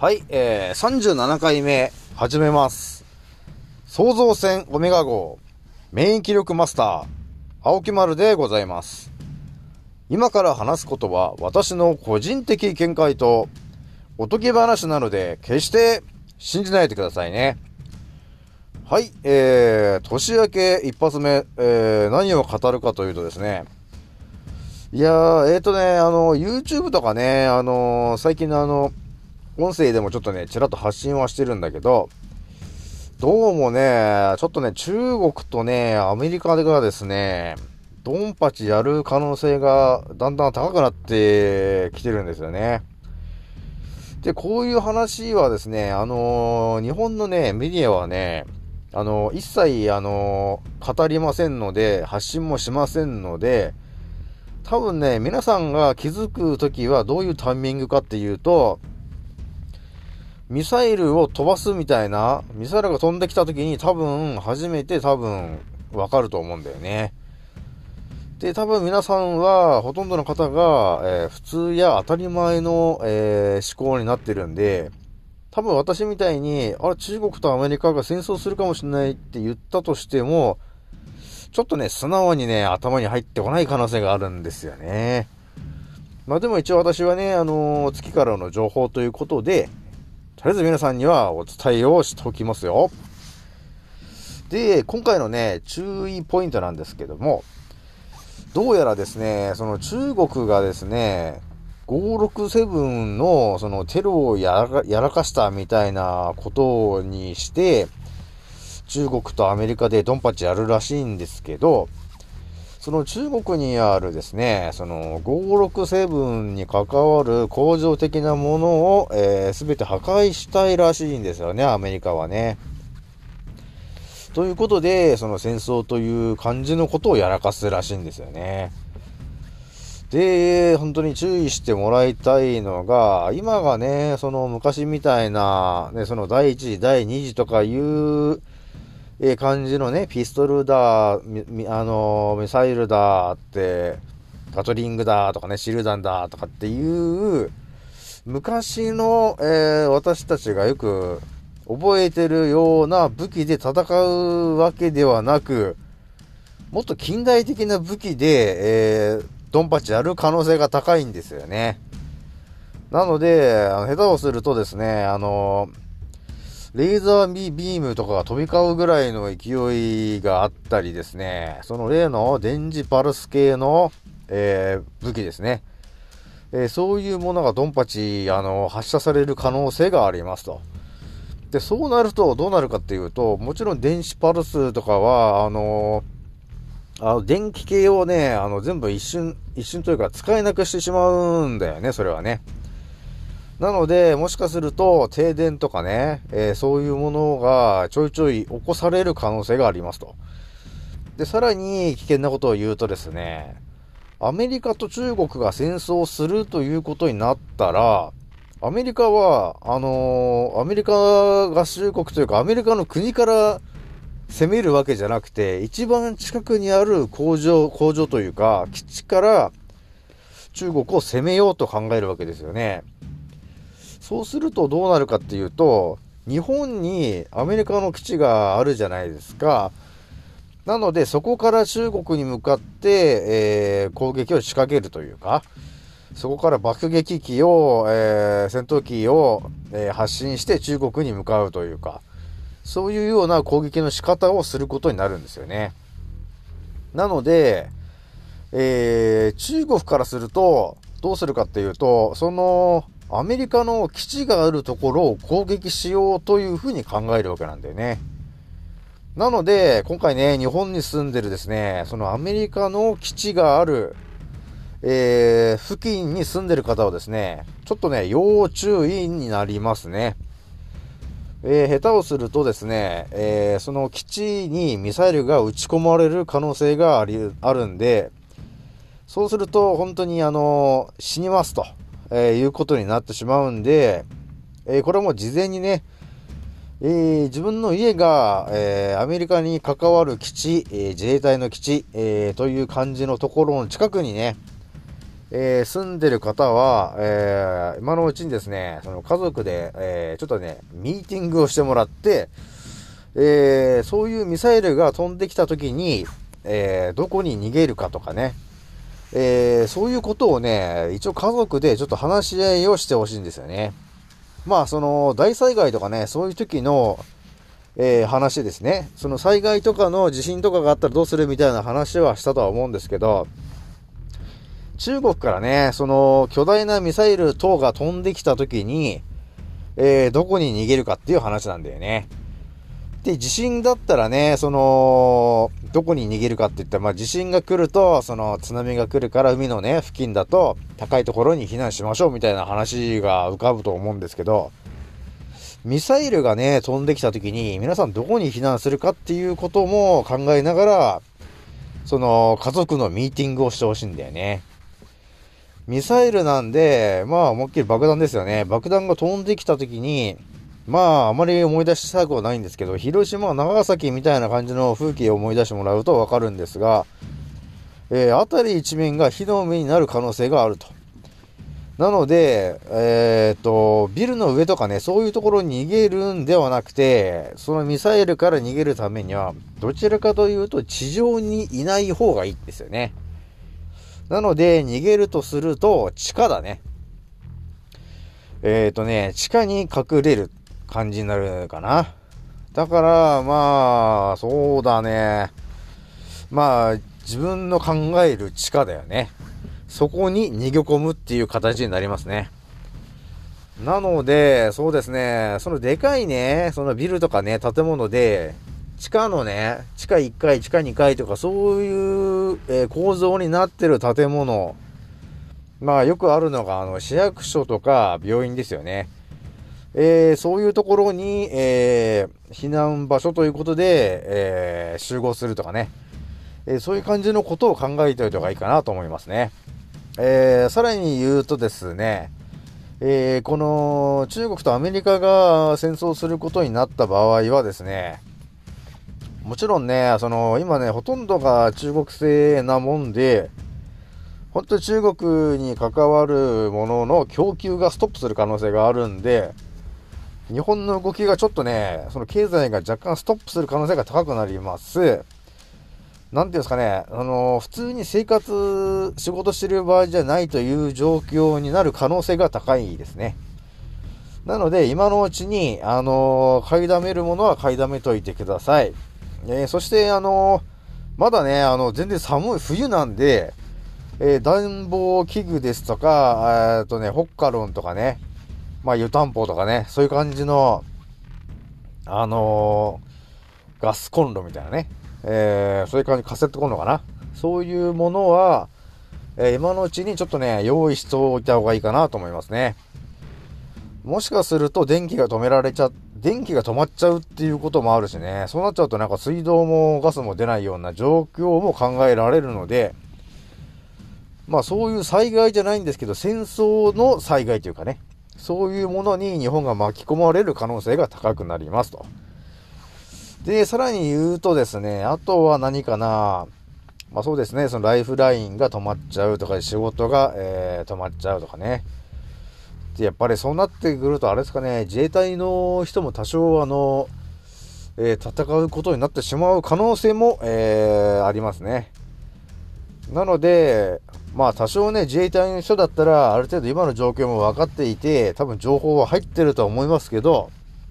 はい、37回目始めます。創造船オメガ号免疫力マスター青木丸でございます。今から話すことは私の個人的見解とおとぎ話なので決して信じないでくださいね。はい、年明け一発目、何を語るかというとですね、いやー、YouTube とかね、最近の音声でもちょっとね、ちらっと発信はしてるんだけど、どうもね、ちょっとね、中国とね、アメリカがですね、ドンパチやる可能性がだんだん高くなってきてるんですよね。で、こういう話はですね、日本のね、メディアはね、一切、語りませんので、発信もしませんので、多分ね、皆さんが気づくときはどういうタイミングかっていうと、ミサイルを飛ばすみたいな、ミサイルが飛んできたときに初めてわかると思うんだよね。で、多分皆さんは、ほとんどの方が、普通や当たり前の、思考になってるんで、多分私みたいに、中国とアメリカが戦争するかもしれないって言ったとしても、ちょっとね、素直にね、頭に入ってこない可能性があるんですよね。まあでも一応私はね、月からの情報ということで、とりあえず皆さんにはお伝えをしておきますよ。で、今回のね、注意ポイントなんですけども、どうやらですね、その中国がですね、567のそのテロをやらかしたみたいなことにして、中国とアメリカでドンパチやるらしいんですけど、その中国にあるですね、その567に関わる恒常的なものを、すべて破壊したいらしいんですよね、アメリカはね。ということで、その戦争という感じのことをやらかすらしいんですよね。で、本当に注意してもらいたいのが、今がね、その昔みたいな、ね、その第一次、第二次とかいう感じのね、ピストルだ、ミサイルだって、ガトリングだとかね、シルダンだとかっていう、昔の、私たちがよく覚えてるような武器で戦うわけではなく、もっと近代的な武器で、ドンパチやる可能性が高いんですよね。なので、下手をするとですね、レーザービームとかが飛び交うぐらいの勢いがあったりですね、その例の電磁パルス系の、武器ですね。そういうものがドンパチ、発射される可能性がありますと。で、そうなるとどうなるかっていうと、もちろん電子パルスとかは、電気系をね、全部一瞬というか使えなくしてしまうんだよね、それはね。なので、もしかすると、停電とかね、そういうものがちょいちょい起こされる可能性がありますと。で、さらに危険なことを言うとですね、アメリカと中国が戦争するということになったら、アメリカは、アメリカ合衆国というか、アメリカの国から攻めるわけじゃなくて、一番近くにある工場というか、基地から中国を攻めようと考えるわけですよね。そうするとどうなるかっていうと、日本にアメリカの基地があるじゃないですか。なので、そこから中国に向かって、攻撃を仕掛けるというか、そこから爆撃機を、戦闘機を、発進して中国に向かうというか、そういうような攻撃の仕方をすることになるんですよね。なので、中国からすると、どうするかっていうと、その、アメリカの基地があるところを攻撃しようというふうに考えるわけなんだよね。なので、今回ね、日本に住んでるですね、そのアメリカの基地がある、付近に住んでる方はですね、ちょっとね、要注意になりますね。下手をするとですね、その基地にミサイルが撃ち込まれる可能性があるんで、そうすると本当に死にますと。いうことになってしまうんで、これも事前にね、自分の家が、アメリカに関わる基地、自衛隊の基地、という感じのところの近くにね、 住んでる方は、今のうちにですね、その家族で、ちょっとね、ミーティングをしてもらって、そういうミサイルが飛んできた時に、どこに逃げるかとかね、そういうことをね、一応家族でちょっと話し合いをしてほしいんですよね。まあ、その、大災害とかね、そういう時の、話ですね。その災害とかの地震とかがあったらどうするみたいな話はしたとは思うんですけど、中国からね、その巨大なミサイル等が飛んできた時に、どこに逃げるかっていう話なんだよね。で、地震だったらね、その、どこに逃げるかって言ったら、まあ地震が来ると、その津波が来るから海のね、付近だと高いところに避難しましょうみたいな話が浮かぶと思うんですけど、ミサイルがね、飛んできた時に皆さんどこに避難するかっていうことも考えながら、その家族のミーティングをしてほしいんだよね。ミサイルなんで、まあ思いっきり爆弾ですよね。爆弾が飛んできた時に、まああまり思い出したくはないんですけど、広島、長崎みたいな感じの風景を思い出してもらうとわかるんですが、辺り一面が火の海になる可能性があると。なので、ビルの上とかね、そういうところに逃げるんではなくて、そのミサイルから逃げるためには、どちらかというと地上にいない方がいいんですよね。なので、逃げるとすると、地下だね。地下に隠れる感じになるかな。だから、まあ、そうだね。まあ、自分の考える地下だよね。そこに逃げ込むっていう形になりますね。なので、そうですね、そのでかいね、そのビルとかね、建物で、地下のね、地下1階、地下2階とか、そういう、構造になってる建物、まあよくあるのが、市役所とか病院ですよね。そういうところに、避難場所ということで、集合するとかね、そういう感じのことを考えておいた方がいいかなと思いますね。さらに言うとですね、この中国とアメリカが戦争することになった場合はですね、もちろんね、その今ね、ほとんどが中国製なもんで、本当に中国に関わるものの供給がストップする可能性があるんで、日本の動きがちょっとね、その経済が若干ストップする可能性が高くなります。なんていうんですかね、普通に仕事してる場合じゃないという状況になる可能性が高いですね。なので、今のうちに、買いだめるものは買いだめといてください。そして、まだね、全然寒い冬なんで、暖房器具ですとか、ホッカロンとかね、まあ、湯たんぽとかね、そういう感じの、ガスコンロみたいなね、そういう感じ、カセットコンロかな。そういうものは、今のうちにちょっとね、用意しておいた方がいいかなと思いますね。もしかすると電気が止まっちゃうっていうこともあるしね。そうなっちゃうとなんか水道もガスも出ないような状況も考えられるので、まあそういう災害じゃないんですけど、戦争の災害というかね、そういうものに日本が巻き込まれる可能性が高くなりますと。で、さらに言うとですね、あとは何かな、まあそうですね、そのライフラインが止まっちゃうとか、仕事が、止まっちゃうとかね。で、やっぱりそうなってくると、あれですかね、自衛隊の人も多少戦うことになってしまう可能性も、ありますね。なので、まあ多少ね、自衛隊の人だったら、ある程度今の状況も分かっていて、多分情報は入ってるとは思いますけど、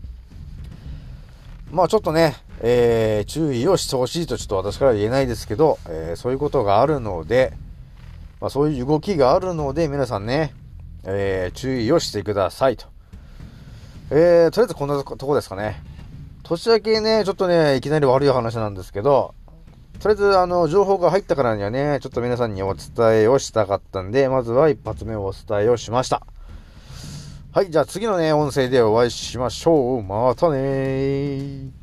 まあちょっとね、注意をしてほしいとちょっと私からは言えないですけど、そういうことがあるので、まあそういう動きがあるので、皆さんね、注意をしてくださいと。とりあえずこんなとこですかね。年明けね、ちょっとね、いきなり悪い話なんですけど、とりあえず情報が入ったからにはね、ちょっと皆さんにお伝えをしたかったんで、まずは一発目をお伝えをしました。はい、じゃあ次のね、音声でお会いしましょう。またねー。